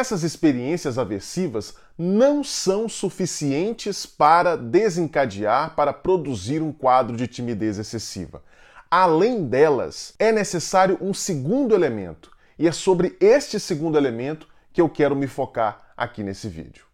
essas experiências aversivas não são suficientes para desencadear, para produzir um quadro de timidez excessiva. Além delas, é necessário um segundo elemento, e é sobre este segundo elemento que eu quero me focar aqui nesse vídeo.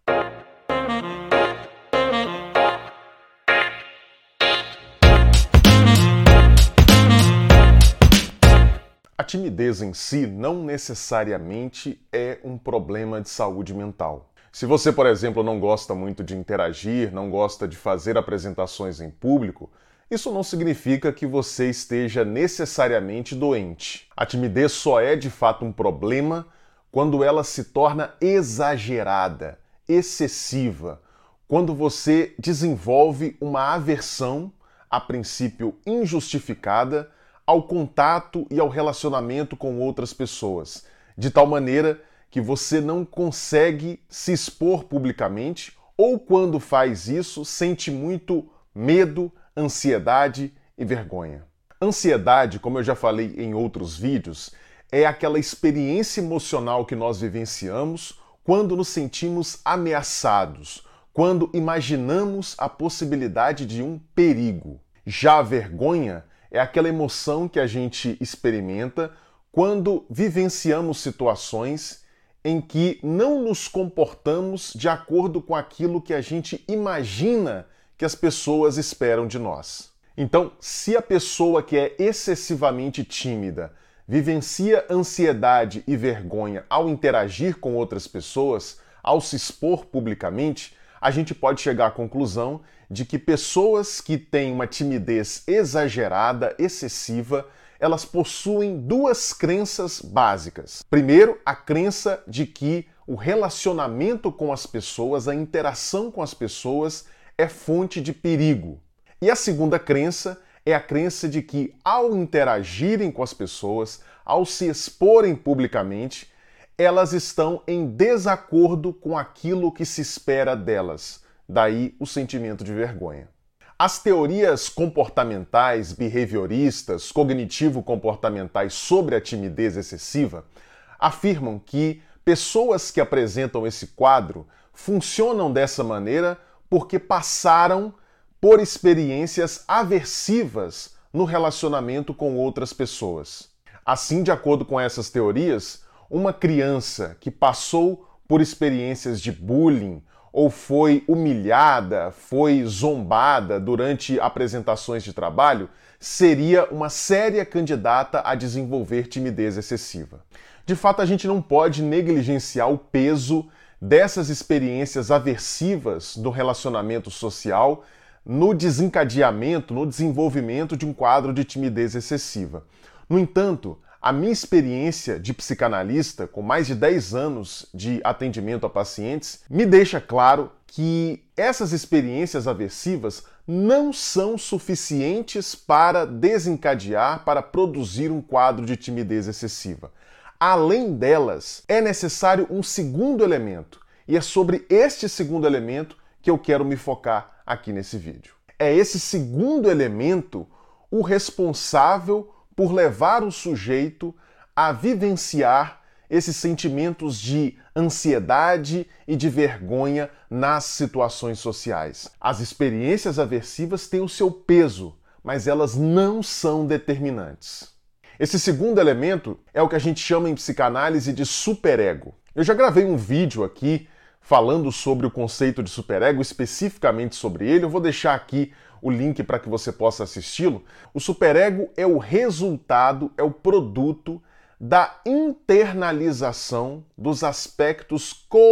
A timidez em si não necessariamente é um problema de saúde mental. Se você, por exemplo, não gosta muito de interagir, não gosta de fazer apresentações em público, isso não significa que você esteja necessariamente doente. A timidez só é de fato um problema quando ela se torna exagerada, excessiva, quando você desenvolve uma aversão, a princípio injustificada, ao contato e ao relacionamento com outras pessoas, de tal maneira que você não consegue se expor publicamente ou, quando faz isso, sente muito medo, ansiedade e vergonha. Ansiedade, como eu já falei em outros vídeos, é aquela experiência emocional que nós vivenciamos quando nos sentimos ameaçados, quando imaginamos a possibilidade de um perigo. Já a vergonha é aquela emoção que a gente experimenta quando vivenciamos situações em que não nos comportamos de acordo com aquilo que a gente imagina que as pessoas esperam de nós. Então, se a pessoa que é excessivamente tímida vivencia ansiedade e vergonha ao interagir com outras pessoas, ao se expor publicamente, a gente pode chegar à conclusão de que pessoas que têm uma timidez exagerada, excessiva, elas possuem duas crenças básicas. Primeiro, a crença de que o relacionamento com as pessoas, a interação com as pessoas é fonte de perigo. E a segunda crença é a crença de que, ao interagirem com as pessoas, ao se exporem publicamente, elas estão em desacordo com aquilo que se espera delas. Daí o sentimento de vergonha. As teorias comportamentais, behavioristas, cognitivo-comportamentais sobre a timidez excessiva afirmam que pessoas que apresentam esse quadro funcionam dessa maneira porque passaram por experiências aversivas no relacionamento com outras pessoas. Assim, de acordo com essas teorias, uma criança que passou por experiências de bullying ou foi humilhada, foi zombada durante apresentações de trabalho, seria uma séria candidata a desenvolver timidez excessiva. De fato, a gente não pode negligenciar o peso dessas experiências aversivas do relacionamento social no desencadeamento, no desenvolvimento de um quadro de timidez excessiva. No entanto, a minha experiência de psicanalista, com mais de 10 anos de atendimento a pacientes, me deixa claro que essas experiências aversivas não são suficientes para desencadear, para produzir um quadro de timidez excessiva. Além delas, é necessário um segundo elemento, e é sobre este segundo elemento que eu quero me focar aqui nesse vídeo. É esse segundo elemento o responsável por levar o sujeito a vivenciar esses sentimentos de ansiedade e de vergonha nas situações sociais. As experiências aversivas têm o seu peso, mas elas não são determinantes. Esse segundo elemento é o que a gente chama em psicanálise de superego. Eu já gravei um vídeo aqui falando sobre o conceito de superego, especificamente sobre ele. Eu vou deixar aqui o link para que você possa assisti-lo. O superego é o resultado, é o produto da internalização dos aspectos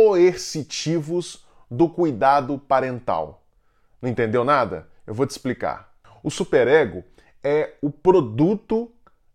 coercitivos do cuidado parental. Não entendeu nada? Eu vou te explicar. O superego é o produto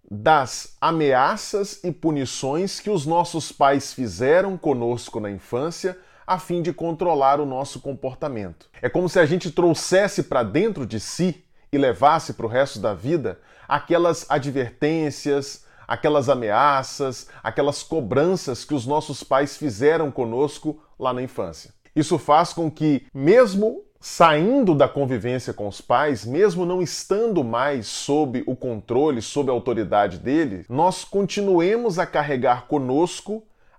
das ameaças e punições que os nossos pais fizeram conosco na infância a fim de controlar o nosso comportamento. É como se a gente trouxesse para dentro de si e levasse para o resto da vida aquelas advertências, aquelas ameaças, aquelas cobranças que os nossos pais fizeram conosco lá na infância. Isso faz com que, mesmo saindo da convivência com os pais, mesmo não estando mais sob o controle, sob a autoridade dele, nós continuemos a carregar conosco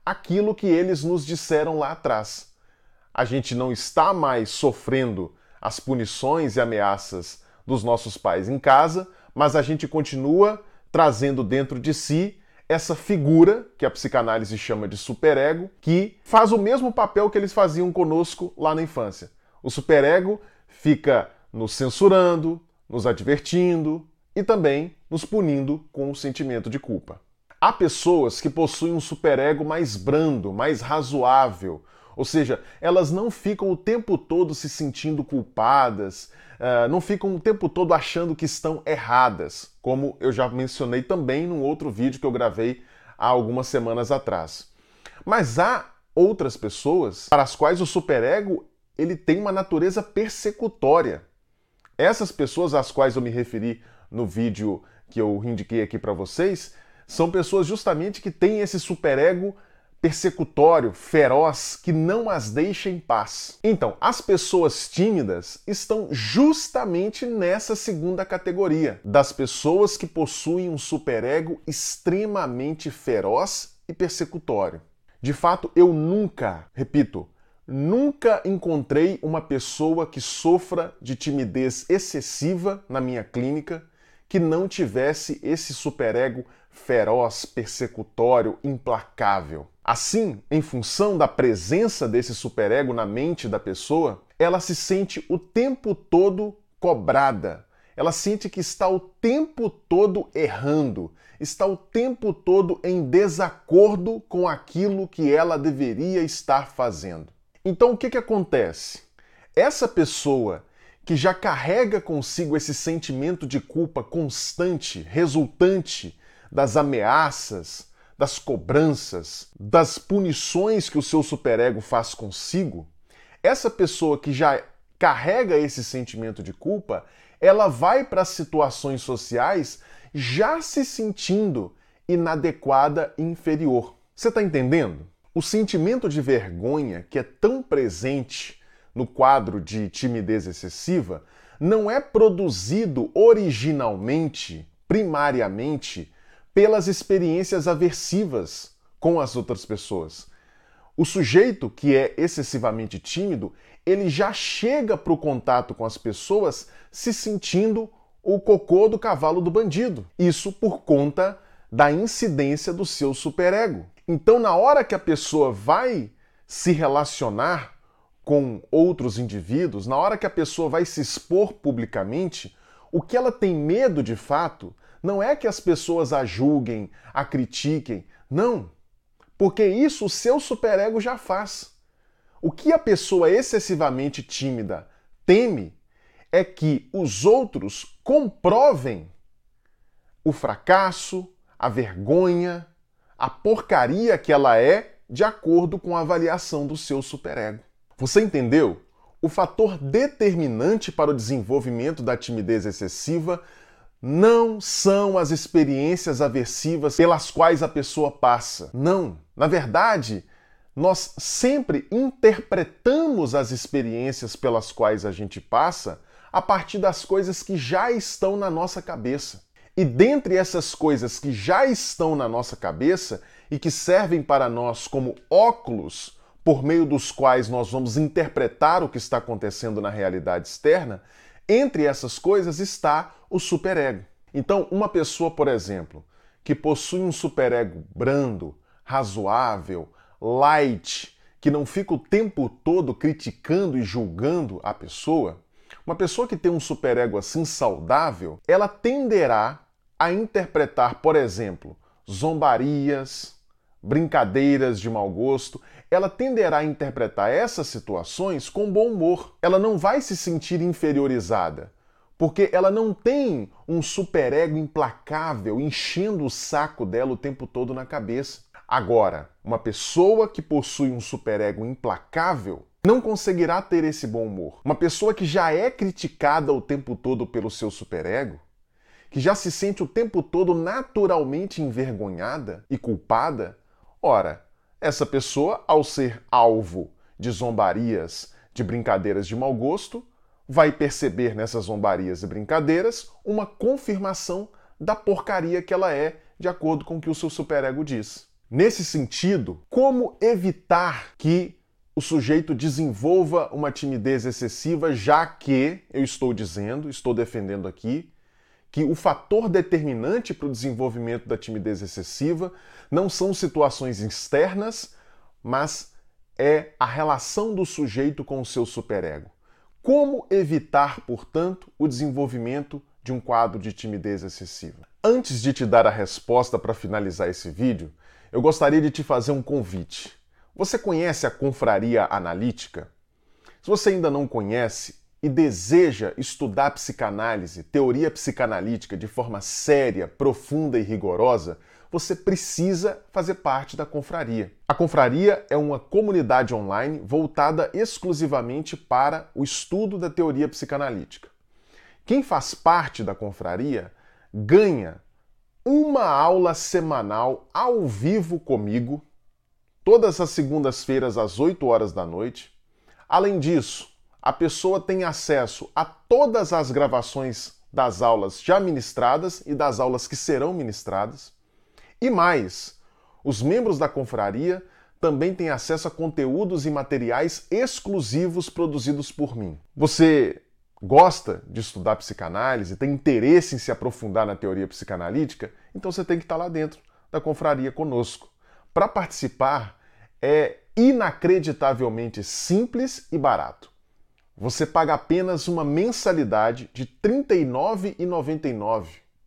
aquilo que eles nos disseram lá atrás. A gente não está mais sofrendo as punições e ameaças dos nossos pais em casa, mas a gente continua trazendo dentro de si essa figura, que a psicanálise chama de superego, que faz o mesmo papel que eles faziam conosco lá na infância. O superego fica nos censurando, nos advertindo e também nos punindo com o sentimento de culpa. Há pessoas que possuem um superego mais brando, mais razoável, ou seja, elas não ficam o tempo todo se sentindo culpadas, não ficam o tempo todo achando que estão erradas, como eu já mencionei também num outro vídeo que eu gravei há algumas semanas atrás. Mas há outras pessoas para as quais o superego ele tem uma natureza persecutória. Essas pessoas às quais eu me referi no vídeo que eu indiquei aqui para vocês são pessoas justamente que têm esse superego persecutório, feroz, que não as deixa em paz. Então, as pessoas tímidas estão justamente nessa segunda categoria, das pessoas que possuem um superego extremamente feroz e persecutório. De fato, eu nunca, repito, nunca encontrei uma pessoa que sofra de timidez excessiva na minha clínica que não tivesse esse superego feroz, persecutório, implacável. Assim, em função da presença desse superego na mente da pessoa, ela se sente o tempo todo cobrada. Ela sente que está o tempo todo errando, está o tempo todo em desacordo com aquilo que ela deveria estar fazendo. Então, o que acontece? Essa pessoa que já carrega consigo esse sentimento de culpa constante, resultante das ameaças, das cobranças, das punições que o seu superego faz consigo, essa pessoa que já carrega esse sentimento de culpa, ela vai para as situações sociais já se sentindo inadequada e inferior. Você está entendendo? O sentimento de vergonha que é tão presente no quadro de timidez excessiva não é produzido originalmente, primariamente, pelas experiências aversivas com as outras pessoas. O sujeito que é excessivamente tímido, ele já chega para o contato com as pessoas se sentindo o cocô do cavalo do bandido. Isso por conta da incidência do seu superego. Então, na hora que a pessoa vai se relacionar com outros indivíduos, na hora que a pessoa vai se expor publicamente, o que ela tem medo de fato não é que as pessoas a julguem, a critiquem, não. Porque isso o seu superego já faz. O que a pessoa excessivamente tímida teme é que os outros comprovem o fracasso, a vergonha, a porcaria que ela é de acordo com a avaliação do seu superego. Você entendeu? O fator determinante para o desenvolvimento da timidez excessiva não são as experiências aversivas pelas quais a pessoa passa. Não. Na verdade, nós sempre interpretamos as experiências pelas quais a gente passa a partir das coisas que já estão na nossa cabeça. E dentre essas coisas que já estão na nossa cabeça e que servem para nós como óculos por meio dos quais nós vamos interpretar o que está acontecendo na realidade externa, entre essas coisas está o superego. Então, uma pessoa, por exemplo, que possui um superego brando, razoável, light, que não fica o tempo todo criticando e julgando a pessoa, uma pessoa que tem um superego assim saudável, ela tenderá a interpretar, por exemplo, zombarias, brincadeiras de mau gosto, ela tenderá a interpretar essas situações com bom humor. Ela não vai se sentir inferiorizada, porque ela não tem um superego implacável enchendo o saco dela o tempo todo na cabeça. Agora, uma pessoa que possui um superego implacável não conseguirá ter esse bom humor. Uma pessoa que já é criticada o tempo todo pelo seu superego, que já se sente o tempo todo naturalmente envergonhada e culpada, ora, essa pessoa, ao ser alvo de zombarias, de brincadeiras de mau gosto, vai perceber nessas zombarias e brincadeiras uma confirmação da porcaria que ela é, de acordo com o que o seu superego diz. Nesse sentido, como evitar que o sujeito desenvolva uma timidez excessiva, já que eu estou defendendo aqui, que o fator determinante para o desenvolvimento da timidez excessiva não são situações externas, mas é a relação do sujeito com o seu superego. Como evitar, portanto, o desenvolvimento de um quadro de timidez excessiva? Antes de te dar a resposta para finalizar esse vídeo, eu gostaria de te fazer um convite. Você conhece a Confraria Analítica? Se você ainda não conhece e deseja estudar psicanálise, teoria psicanalítica de forma séria, profunda e rigorosa, você precisa fazer parte da Confraria. A Confraria é uma comunidade online voltada exclusivamente para o estudo da teoria psicanalítica. Quem faz parte da Confraria ganha uma aula semanal ao vivo comigo, todas as segundas-feiras às 8 horas da noite. Além disso, a pessoa tem acesso a todas as gravações das aulas já ministradas e das aulas que serão ministradas. E mais, os membros da confraria também têm acesso a conteúdos e materiais exclusivos produzidos por mim. Você gosta de estudar psicanálise, tem interesse em se aprofundar na teoria psicanalítica? Então você tem que estar lá dentro da confraria conosco. Para participar é inacreditavelmente simples e barato. Você paga apenas uma mensalidade de R$ 39,99.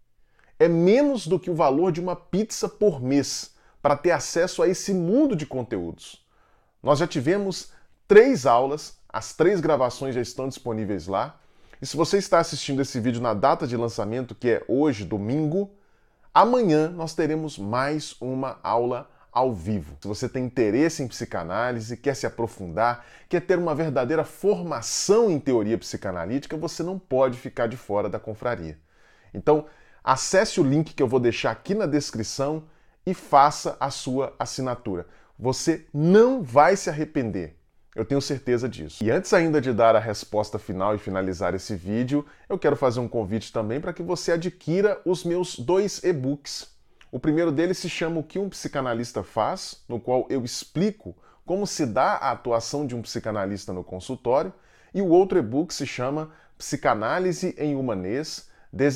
É menos do que o valor de uma pizza por mês para ter acesso a esse mundo de conteúdos. Nós já tivemos 3 aulas, as 3 gravações já estão disponíveis lá. E se você está assistindo esse vídeo na data de lançamento, que é hoje, domingo, amanhã nós teremos mais uma aula ao vivo. Se você tem interesse em psicanálise, quer se aprofundar, quer ter uma verdadeira formação em teoria psicanalítica, você não pode ficar de fora da confraria. Então, acesse o link que eu vou deixar aqui na descrição e faça a sua assinatura. Você não vai se arrepender. Eu tenho certeza disso. E antes ainda de dar a resposta final e finalizar esse vídeo, eu quero fazer um convite também para que você adquira os meus 2 e-books. O primeiro deles se chama O que um psicanalista faz, no qual eu explico como se dá a atuação de um psicanalista no consultório, e o outro e-book se chama Psicanálise em Humanês,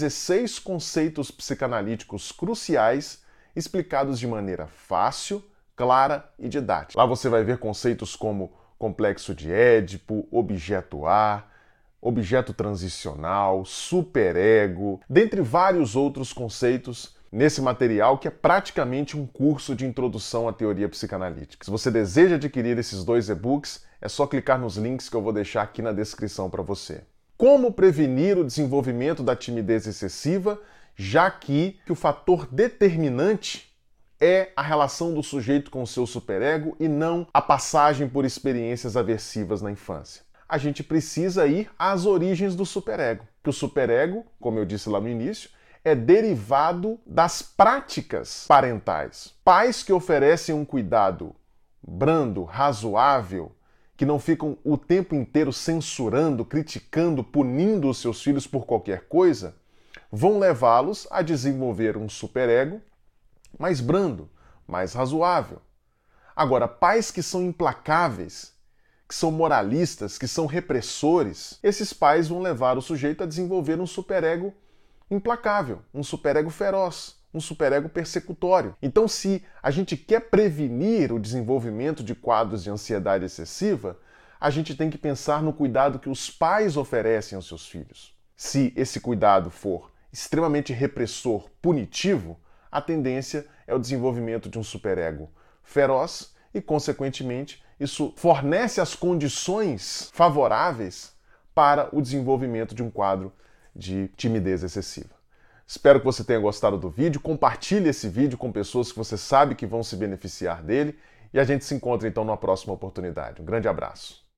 16 conceitos psicanalíticos cruciais explicados de maneira fácil, clara e didática. Lá você vai ver conceitos como complexo de Édipo, objeto A, objeto transicional, superego, dentre vários outros conceitos nesse material que é praticamente um curso de introdução à teoria psicanalítica. Se você deseja adquirir esses 2 e-books, é só clicar nos links que eu vou deixar aqui na descrição para você. Como prevenir o desenvolvimento da timidez excessiva, já que o fator determinante é a relação do sujeito com o seu superego e não a passagem por experiências aversivas na infância. A gente precisa ir às origens do superego. Que o superego, como eu disse lá no início, é derivado das práticas parentais. Pais que oferecem um cuidado brando, razoável, que não ficam o tempo inteiro censurando, criticando, punindo os seus filhos por qualquer coisa, vão levá-los a desenvolver um superego mais brando, mais razoável. Agora, pais que são implacáveis, que são moralistas, que são repressores, esses pais vão levar o sujeito a desenvolver um superego implacável, um superego feroz, um superego persecutório. Então, se a gente quer prevenir o desenvolvimento de quadros de ansiedade excessiva, a gente tem que pensar no cuidado que os pais oferecem aos seus filhos. Se esse cuidado for extremamente repressor, punitivo, a tendência é o desenvolvimento de um superego feroz e, consequentemente, isso fornece as condições favoráveis para o desenvolvimento de um quadro de timidez excessiva. Espero que você tenha gostado do vídeo. Compartilhe esse vídeo com pessoas que você sabe que vão se beneficiar dele e a gente se encontra então numa próxima oportunidade. Um grande abraço.